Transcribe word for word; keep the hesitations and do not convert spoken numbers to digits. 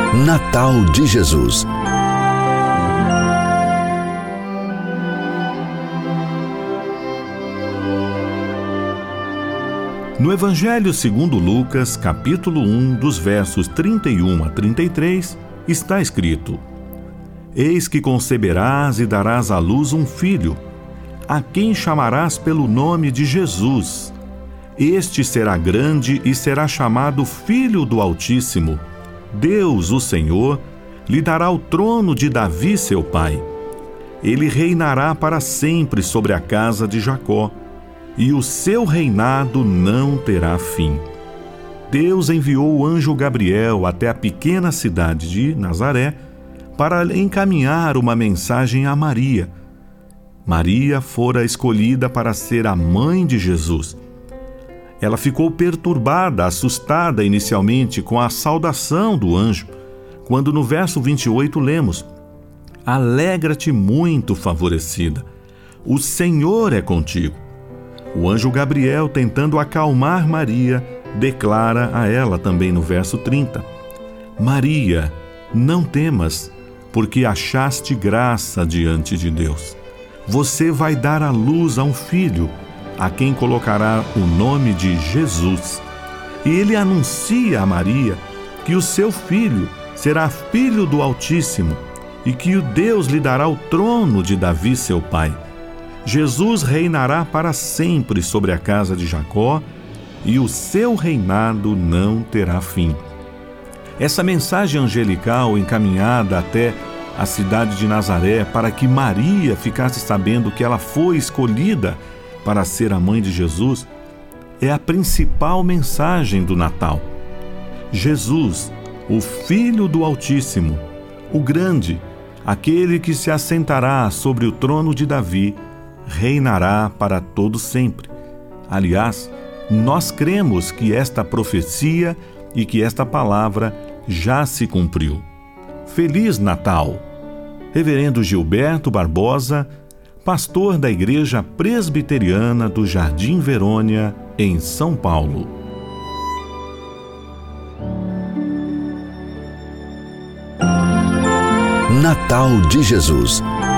Natal de Jesus. No Evangelho segundo Lucas, capítulo um, dos versos trinta e um a trinta e três, está escrito: Eis que conceberás e darás à luz um filho, a quem chamarás pelo nome de Jesus. Este será grande e será chamado Filho do Altíssimo. Deus, o Senhor, lhe dará o trono de Davi, seu pai. Ele reinará para sempre sobre a casa de Jacó, e o seu reinado não terá fim. Deus enviou o anjo Gabriel até a pequena cidade de Nazaré para encaminhar uma mensagem a Maria. Maria fora escolhida para ser a mãe de Jesus. Ela ficou perturbada, assustada inicialmente com a saudação do anjo, quando no verso vinte e oito lemos: Alegra-te muito, favorecida, o Senhor é contigo. O anjo Gabriel, tentando acalmar Maria, declara a ela também no verso trinta: Maria, não temas, porque achaste graça diante de Deus. Você vai dar à luz a um filho, a quem colocará o nome de Jesus. E ele anuncia a Maria que o seu filho será filho do Altíssimo e que o Deus lhe dará o trono de Davi, seu pai. Jesus reinará para sempre sobre a casa de Jacó e o seu reinado não terá fim. Essa mensagem angelical encaminhada até a cidade de Nazaré para que Maria ficasse sabendo que ela foi escolhida para ser a mãe de Jesus, é a principal mensagem do Natal. Jesus, o Filho do Altíssimo, o grande, aquele que se assentará sobre o trono de Davi, reinará para todo sempre. Aliás, nós cremos que esta profecia e que esta palavra já se cumpriu. Feliz Natal! Reverendo Gilberto Barbosa, pastor da Igreja Presbiteriana do Jardim Verônia, em São Paulo. Natal de Jesus.